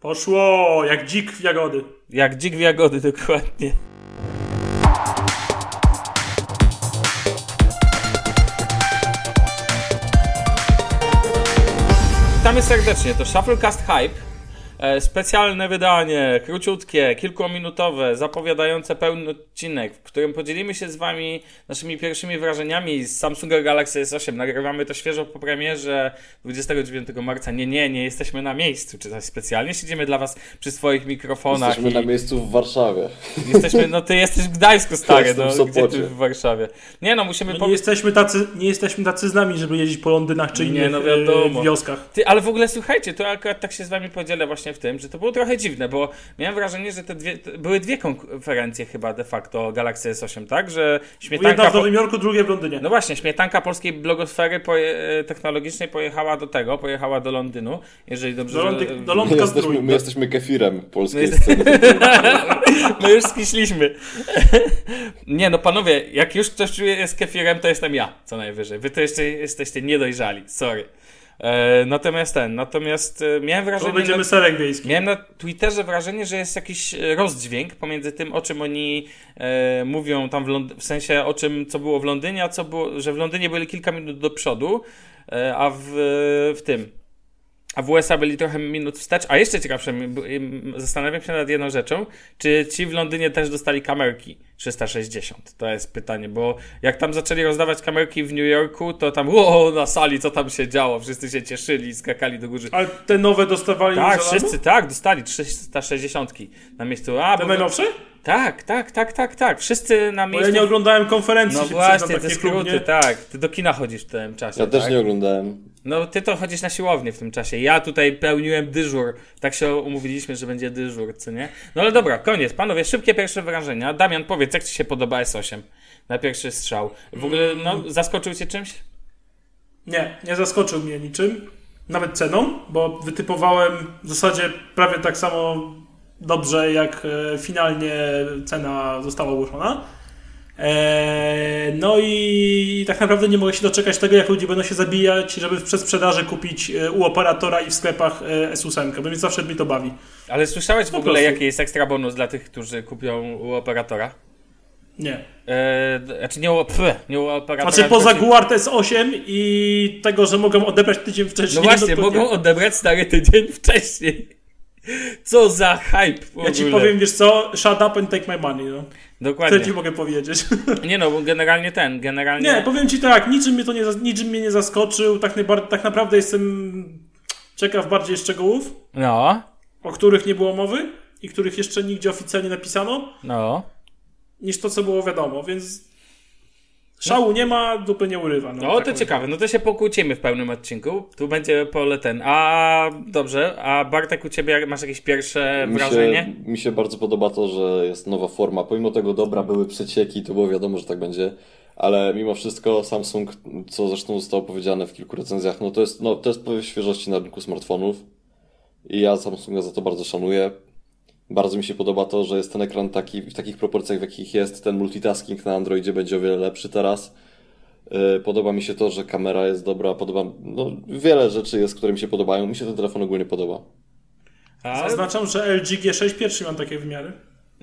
Poszło, jak dzik w jagody. Jak dzik w jagody, dokładnie. Witamy serdecznie, to Shufflecast Hype. Specjalne wydanie, króciutkie, kilkuminutowe, zapowiadające pełny odcinek, w którym podzielimy się z wami naszymi pierwszymi wrażeniami z Samsunga Galaxy S8. Nagrywamy to świeżo po premierze 29 marca. Nie jesteśmy na miejscu, czy też specjalnie siedzimy dla was przy swoich mikrofonach. Jesteśmy na miejscu w Warszawie. Ty jesteś w Gdańsku, stary, gdzie ty w Warszawie? Musimy nie jesteśmy tacy z nami, żeby jeździć po Londynach czy innych wioskach. Ale w ogóle słuchajcie, to akurat tak się z wami podzielę właśnie w tym, że to było trochę dziwne, bo miałem wrażenie, że były dwie konferencje chyba de facto Galaxy S8, tak? Że jedna w Nowym Jorku, drugie w Londynie. No właśnie, śmietanka polskiej blogosfery technologicznej pojechała do Londynu, jeżeli dobrze... Do Londka my jesteśmy kefirem polskiej sceny. My już skiśliśmy. Nie no panowie, jak już ktoś jest kefirem, to jestem ja, co najwyżej. Wy to jeszcze jesteście niedojrzali, sorry. Natomiast miałem wrażenie... To będziemy serek wiejski. Miałem na Twitterze wrażenie, że jest jakiś rozdźwięk pomiędzy tym, o czym oni mówią tam w sensie o czym, co było w Londynie, że w Londynie byli kilka minut do przodu, a w USA byli trochę minut wstecz. A jeszcze ciekawsze, zastanawiam się nad jedną rzeczą, czy ci w Londynie też dostali kamerki 360? To jest pytanie, bo jak tam zaczęli rozdawać kamerki w New Yorku, to tam na sali, co tam się działo, wszyscy się cieszyli, skakali do góry. Ale te nowe dostawali? Tak, wszyscy dostali 360 na miejscu. Te najnowsze? Tak. Wszyscy na miejscu. Bo ja nie oglądałem konferencji. No właśnie, te skróty, tak. Ty do kina chodzisz w tym czasie. Ja też nie oglądałem. No ty to chodzisz na siłownię w tym czasie. Ja tutaj pełniłem dyżur. Tak się umówiliśmy, że będzie dyżur, co nie? No ale dobra, koniec. Panowie, szybkie pierwsze wrażenia. Damian, powiedz, jak ci się podoba S8? Na pierwszy strzał. W ogóle, zaskoczył cię czymś? Nie zaskoczył mnie niczym. Nawet ceną, bo wytypowałem w zasadzie prawie tak samo dobrze, jak finalnie cena została ogłoszona. No i tak naprawdę nie mogę się doczekać tego, jak ludzie będą się zabijać, żeby w przedsprzedaży kupić u operatora i w sklepach S8, bo mnie zawsze to bawi. Ale słyszałeś w ogóle, jaki jest ekstra bonus dla tych, którzy kupią u operatora? Nie. Nie u operatora. Znaczy poza Guard S8 i tego, że mogą odebrać tydzień wcześniej. No właśnie, mogą odebrać stary tydzień wcześniej. Co za hype w ogóle. Ja ci powiem, wiesz co, shut up and take my money, no. Dokładnie. Co ci mogę powiedzieć? Nie no, bo generalnie... Nie, powiem ci tak, niczym mnie nie zaskoczył, tak naprawdę jestem ciekaw bardziej szczegółów, o których nie było mowy i których jeszcze nigdzie oficjalnie napisano, niż to, co było wiadomo, więc szału nie ma, dupy nie urywa. To ciekawe, no to się pokłócimy w pełnym odcinku. Tu będzie a Bartek, u ciebie masz jakieś pierwsze wrażenie? Mi się bardzo podoba to, że jest nowa forma. Pomimo tego było przecieki, to było wiadomo, że tak będzie, ale mimo wszystko Samsung, co zresztą zostało powiedziane w kilku recenzjach, to jest powiew świeżości na rynku smartfonów i ja Samsunga za to bardzo szanuję. Bardzo mi się podoba to, że jest ten ekran w takich proporcjach, w jakich jest. Ten multitasking na Androidzie będzie o wiele lepszy teraz. Podoba mi się to, że kamera jest dobra. Wiele rzeczy jest, które mi się podobają. Mi się ten telefon ogólnie podoba. Zaznaczam, że LG G6 pierwszy mam takie wymiary.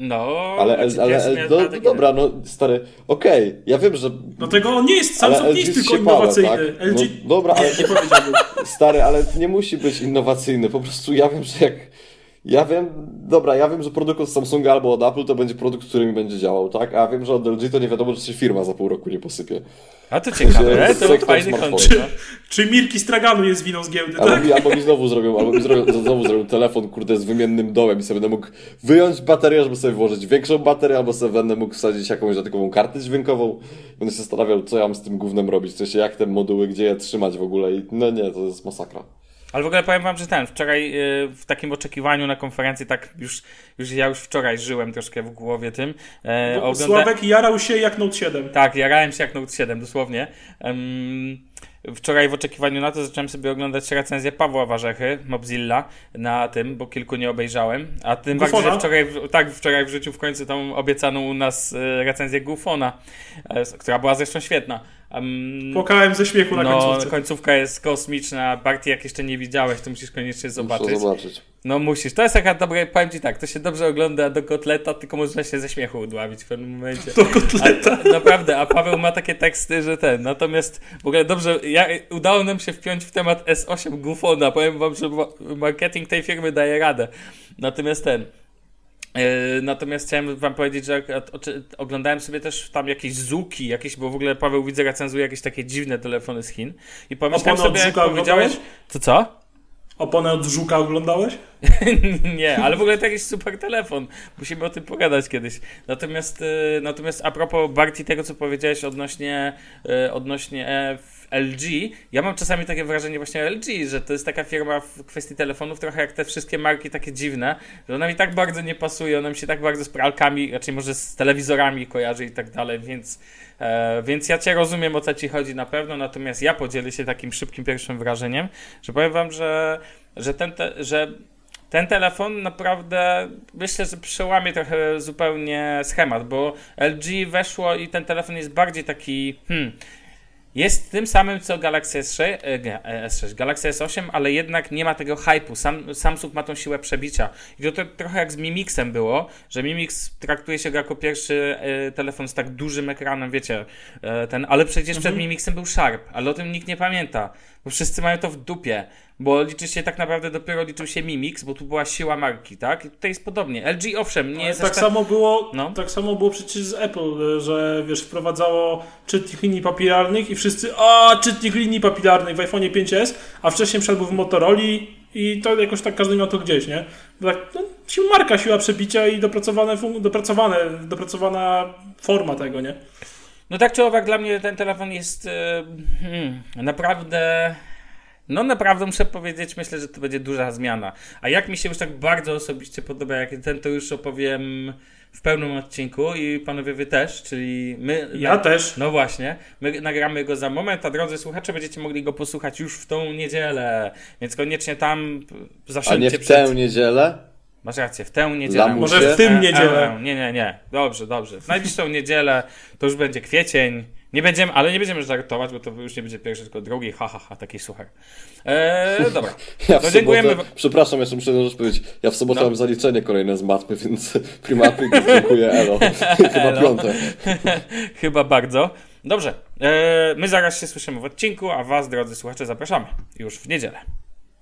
Dobra, stary, okej, ja wiem, że... Dlatego on nie jest, Samsung nie jest tylko innowacyjny. Tak? LG dobra, ale nie powiedziałbym. Stary, ale nie musi być innowacyjny. Po prostu ja wiem, że ja wiem, że produkt od Samsunga albo od Apple to będzie produkt, który mi będzie działał, tak? A ja wiem, że od LG to nie wiadomo, czy się firma za pół roku nie posypie. A to ciekawe, to fajny koncept. Czy Mirki Straganu jest winą z giełdy, tak? Albo mi znowu zrobią telefon, z wymiennym dołem i sobie będę mógł wyjąć baterię, żeby sobie włożyć większą baterię, albo sobie będę mógł wsadzić jakąś dodatkową kartę dźwiękową. Będę się zastanawiał, co ja mam z tym gównem robić, w sensie jak te moduły, gdzie je trzymać w ogóle i to jest masakra. Ale w ogóle powiem wam, że wczoraj w takim oczekiwaniu na konferencji, tak ja już wczoraj żyłem troszkę w głowie tym. Sławek jarał się jak Note 7. Tak, jarałem się jak Note 7, dosłownie. Wczoraj w oczekiwaniu na to zacząłem sobie oglądać recenzję Pawła Warzechy, Mobzilla, na tym, bo kilku nie obejrzałem. A tym bardziej, że wczoraj w życiu w końcu tą obiecaną u nas recenzję Gufona, która była zresztą świetna. Płakałem ze śmiechu na końcówce. Końcówka jest kosmiczna. Barty, jak jeszcze nie widziałeś, to musisz koniecznie zobaczyć. Muszę zobaczyć. No musisz. To jest taka dobra, powiem ci tak, to się dobrze ogląda do kotleta, tylko można się ze śmiechu udławić w pewnym momencie. Do kotleta? Naprawdę, a Paweł ma takie teksty, że natomiast w ogóle dobrze, udało nam się wpiąć w temat S8 Gufona. Powiem wam, że marketing tej firmy daje radę. Natomiast chciałem wam powiedzieć, że oglądałem sobie też tam jakieś Zuki, bo w ogóle Paweł widzę recenzuje jakieś takie dziwne telefony z Chin. I pomyślałem sobie, jak powiedziałeś... Co? Oponę od Żuka oglądałeś? Nie, ale w ogóle to jakiś super telefon. Musimy o tym pogadać kiedyś. Natomiast a propos, Barty, tego co powiedziałeś odnośnie LG, ja mam czasami takie wrażenie właśnie LG, że to jest taka firma w kwestii telefonów trochę jak te wszystkie marki takie dziwne, że ona mi tak bardzo nie pasuje, ona mi się tak bardzo z pralkami, raczej może z telewizorami kojarzy i tak dalej, więc ja cię rozumiem, o co ci chodzi na pewno, natomiast ja podzielę się takim szybkim pierwszym wrażeniem, że powiem wam, że ten telefon naprawdę myślę, że przełamie trochę zupełnie schemat, bo LG weszło i ten telefon jest bardziej taki jest tym samym co Galaxy S6, Galaxy S8, ale jednak nie ma tego hype'u. Samsung ma tą siłę przebicia. I to trochę jak z Mi Mixem było, że Mi Mix traktuje się go jako pierwszy telefon z tak dużym ekranem, wiecie, ale przecież przed Mi Mixem był Sharp, ale o tym nikt nie pamięta, bo wszyscy mają to w dupie, bo dopiero liczył się Mi Mix, bo tu była siła marki, tak? I tutaj jest podobnie. LG owszem, nie jest tak samo było przecież z Apple, że wiesz, wprowadzało czytnik linii papilarnych i wszyscy czytnik linii papilarnych w iPhone 5s, a wcześniej wszedł w Motoroli i to jakoś tak każdy miał to gdzieś, nie? Marka, siła przebicia i dopracowana forma tego, nie? No tak czy owak, dla mnie ten telefon jest naprawdę... No naprawdę muszę powiedzieć, myślę, że to będzie duża zmiana. A jak mi się już tak bardzo osobiście podoba, jak ten, to już opowiem w pełnym odcinku i panowie wy też, czyli my... Ja też. No właśnie, my nagramy go za moment, a drodzy słuchacze będziecie mogli go posłuchać już w tą niedzielę, więc koniecznie tam zasiądźcie. A nie w tę niedzielę? Masz rację, w tę niedzielę. Może w tym niedzielę. Nie. Dobrze. W najbliższą niedzielę to już będzie kwiecień. Nie będziemy żartować, bo to już nie będzie pierwszy, tylko drugi. Taki suchar. Dobra. Dziękujemy. Przepraszam, jeszcze muszę jedną rzecz powiedzieć. Ja w sobotę mam zaliczenie kolejne z matmy, więc primaty, dziękuję, elo. Chyba piąte. Chyba bardzo. Dobrze. My zaraz się słyszymy w odcinku, a was, drodzy słuchacze, zapraszamy już w niedzielę.